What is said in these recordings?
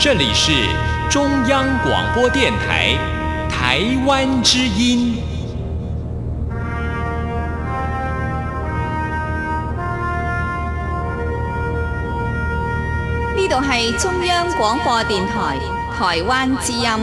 这里是中央广播电台台湾之音。 呢度係中央廣播電台台灣之音。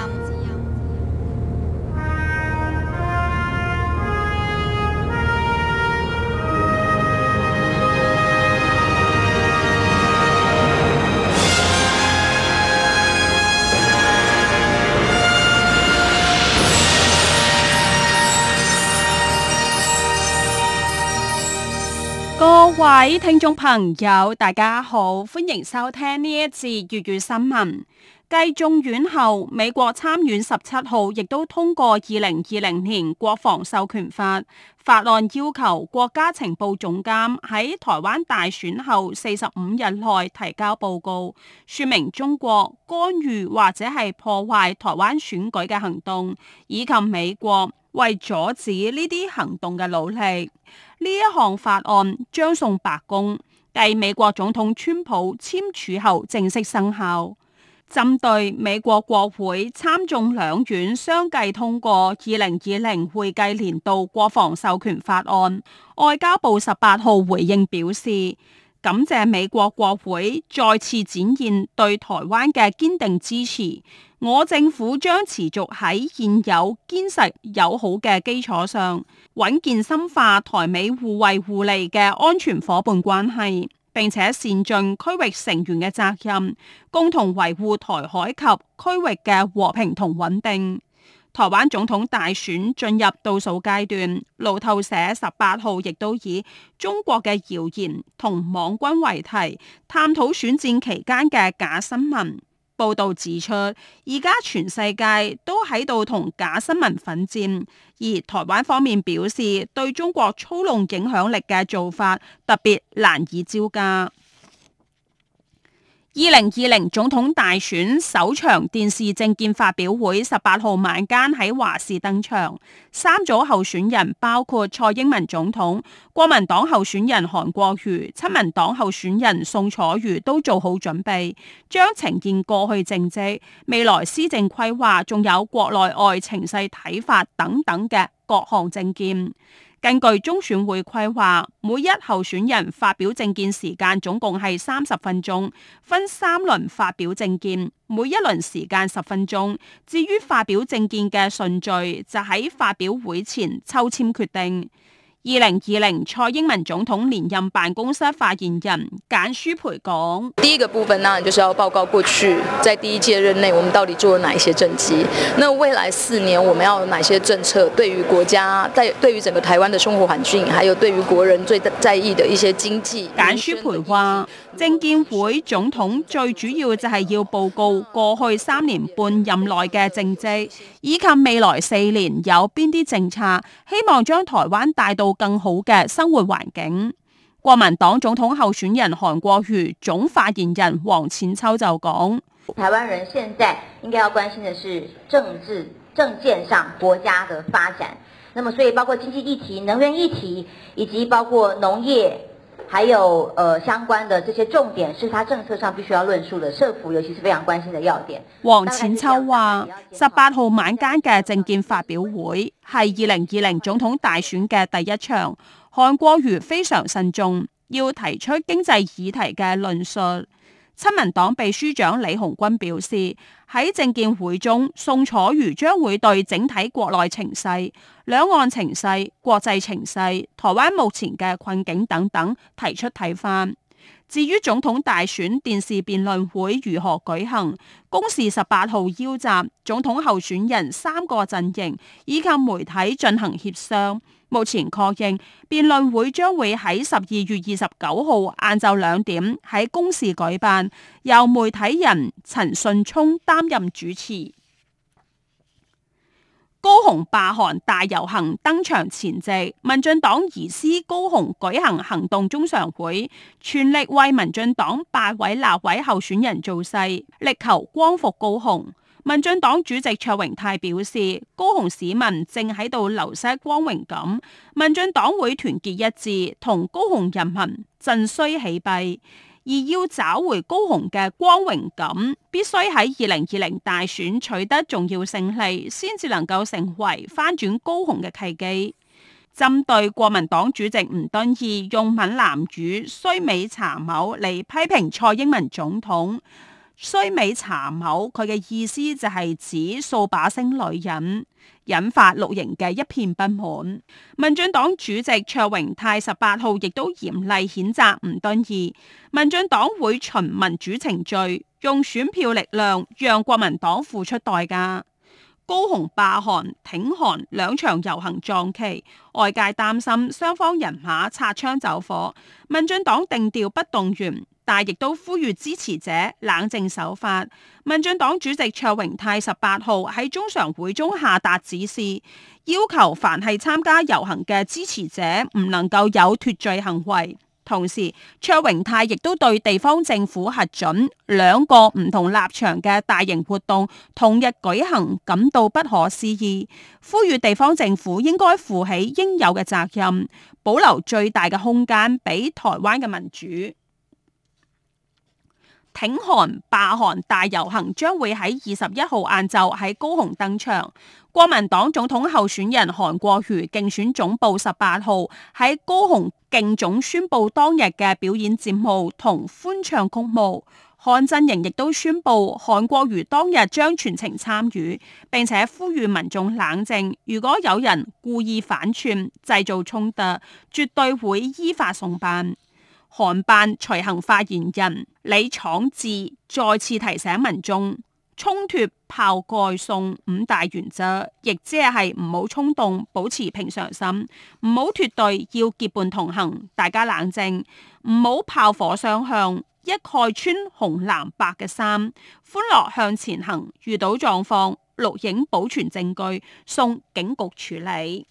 各位聽眾朋友，大家好，歡迎收聽呢一節粵語新聞。繼眾院後，美國參院17號亦都通過2020年國防授權法，法案要求國家情報總監喺台灣大選後45日內提交報告，說明中國干預或者係破壞台灣選舉嘅行動，以及美國為阻止呢啲行動嘅努力。呢一項法案將送白宮，繼美國總統川普簽署後正式生效。針對美國國會參眾兩院相繼通過2020會計年度國防授權法案，外交部18號回應表示，感謝美國國會再次展現對台灣嘅堅定支持，我政府將持續喺現有堅實友好嘅基礎上，穩健深化台美互惠互利嘅安全夥伴關係，並且善盡區域成員嘅責任，共同維護台海及區域嘅和平同穩定。台灣總統大選進入倒數階段，路透社18號亦都以中國嘅謠言同網軍為題，探討選戰期間嘅假新聞。報道指出，而家全世界都喺度同假新聞奮戰，而台灣方面表示對中國操弄影響力嘅做法特別難以招架。2020總統大選首場電視政見發表會18號晚間喺華視登場，三組候選人包括蔡英文總統、國民黨候選人韓國瑜、親民黨候選人宋楚瑜都做好準備，將呈現過去政績、未來施政規劃，仲有國內外情勢睇法等等嘅各項政見。根據中選會規劃，每一候選人發表政見時間總共係30分鐘，分3輪發表政見，每一輪時間10分鐘。至於發表政見嘅順序，就喺發表會前抽籤決定。2020蔡英文總統連任辦公室發言人簡舒培講： 第一個部分當然就是要報告過去在第一屆任內我們到底做了哪一些政績，那未來4年我們要有哪些政策，對於國家、對於整個台灣的生活環境，還有對於國人最在意的一些經濟。 簡舒培話，政見會總統最主要就係要報告過去3年半任內嘅政績，以及未來4年有邊啲政策，希望將台灣帶到更好嘅生活環境。國民黨總統候選人韓國瑜總發言人黃淺秋就講： 台灣人現在應該要關心的是政治政見上國家的發展，那麼所以包括經濟議題、能源議題，以及包括農業，還有相關的這些重點，是他政策上必須要論述的，社福尤其是非常關心的要點。 黃淺秋話：18號晚間嘅政見發表會係2020總統大選嘅第一場，韓國瑜非常慎重，要提出經濟議題嘅論述。親民黨秘書長李鴻鈞表示，喺政見會中，宋楚瑜將會對整體國內情勢、兩岸情勢、國際情勢、台灣目前嘅困境等等提出睇法。至於總統大選電視辯論會如何舉行，公視18號邀集總統候選人3個陣營以及媒體進行協商。目前確認辯論會將會喺12月29號晏晝2點喺公視舉辦，由媒體人陳順聰擔任主持。高雄罷韓大遊行登場前夕，民進黨移師高雄舉行行動中常會，全力為民進黨8位立委候選人造勢，力求光復高雄。民進黨主席卓榮泰表示，高雄市民正喺度流失光榮感，民進黨會團結一致，同高雄人民振衰起弊。 而要找回高雄嘅光榮感，必須喺2020大選取得重要勝利，先至能夠成為翻轉高雄嘅契機。針對國民黨主席吳敦義用閩南語衰美查某嚟批評蔡英文總統，衰美查某佢嘅意思就係指掃把星女人，引發綠營嘅一片不滿。民進黨主席卓榮泰18號亦都嚴厲譴責吳敦義，民進黨會循民主程序，用選票力量讓國民黨付出代價。高雄罷韓、挺韓兩場遊行撞期，外界擔心雙方人馬擦槍走火，民進黨定調不動員，但亦都呼籲支持者冷靜守法。民進黨主席卓榮泰18號喺中常會中下達指示，要求凡係參加遊行嘅支持者唔能夠有脫罪行為。同時，卓榮泰亦都對地方政府核准兩個唔同立場嘅大型活動同日舉行感到不可思議，呼籲地方政府應該負起應有嘅責任，保留最大嘅空間俾台灣嘅民主。挺韓罷韓大遊行將會喺21號晏晝喺高雄登場。國民黨總統候選人韓國瑜競選總部18號喺高雄競總宣布當日嘅表演節目同歡唱曲目。韓陣營亦都宣布韓國瑜當日將全程參與，並且呼籲民眾冷靜，如果有人故意反串製造衝突，絕對會依法送辦。韓辦隨行發言人李昶智再次提醒民眾，衝脫炮蓋送5大原則，亦即係唔好衝動，保持平常心，唔好脫隊，要結伴同行，大家冷靜，唔好炮火雙向，一概穿紅藍白嘅衫，歡樂向前行，遇到狀況錄影保存證據，送警局處理。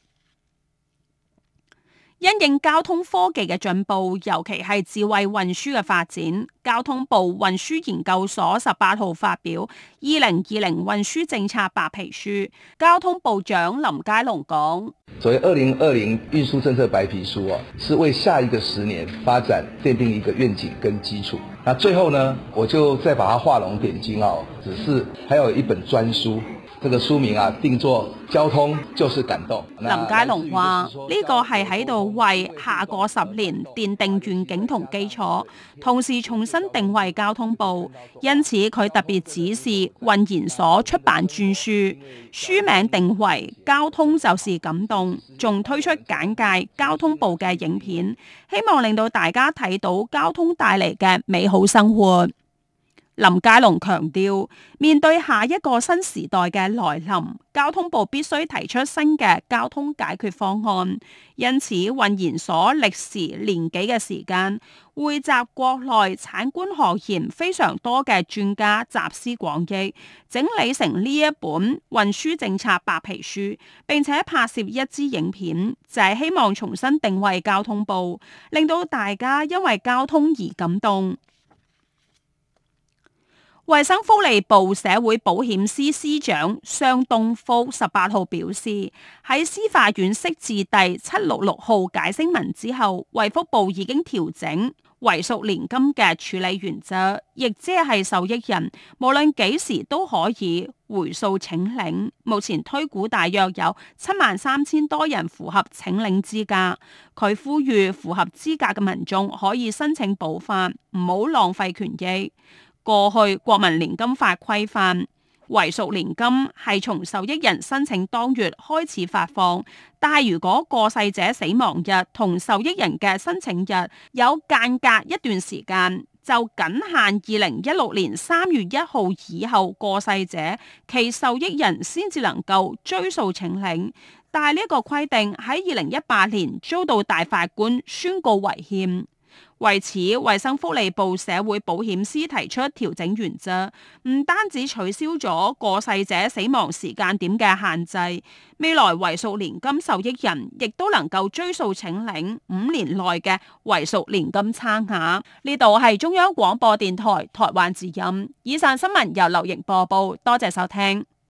因應交通科技嘅進步，尤其係智慧運輸嘅發展，交通部運輸研究所18號發表2020運輸政策白皮書。交通部長林佳龍講： 所謂2020運輸政策白皮書是為下一個10年發展奠定一個願景跟基礎。那最後呢，我就再把它畫龍點睛只是還有一本專書。這個書名定作交通就是感動。 林佳龍話：呢個係喺度為下個10年奠定願景同基礎，同時重新定位交通部。因此佢特別指示運研所出版專書，書名定為《交通就是感動》，仲推出簡介交通部嘅影片，希望令到大家睇到交通帶嚟嘅美好生活。林佳龍強調，面對下一個新時代嘅來臨，交通部必須提出新嘅交通解決方案。因此，運研所歷時年幾嘅時間，匯集國內產官學研非常多嘅專家，集思廣益，整理成呢一本運輸政策白皮書，並且拍攝一支影片，就係希望重新定位交通部，令到大家因為交通而感動。衛生福利部社會保險司司長商東福18號表示，喺司法院釋字第766號解釋文之後，衛福部已經調整遺屬年金嘅處理原則，亦即係受益人無論幾時都可以回溯請領。目前推估大約有73000多人符合請領資格。佢呼籲符合資格嘅民眾可以申請補發，唔好浪費權益。過去國民年金法規範，遺屬年金係從受益人申請當月開始發放，但係如果過世者死亡日同受益人嘅申請日有間隔一段時間，就僅限2016年3月1號以後過世者，其受益人先至能夠追溯請領。但係呢個規定喺2018年遭到大法官宣告違憲。為此，衛生福利部社會保險司提出調整原則，唔單止取消咗過世者死亡時間點嘅限制，未來遺屬年金受益人亦都能夠追溯請領5年內嘅遺屬年金差額。呢度係中央廣播電台台灣之音，以上新聞由劉瑩播報，多謝收聽。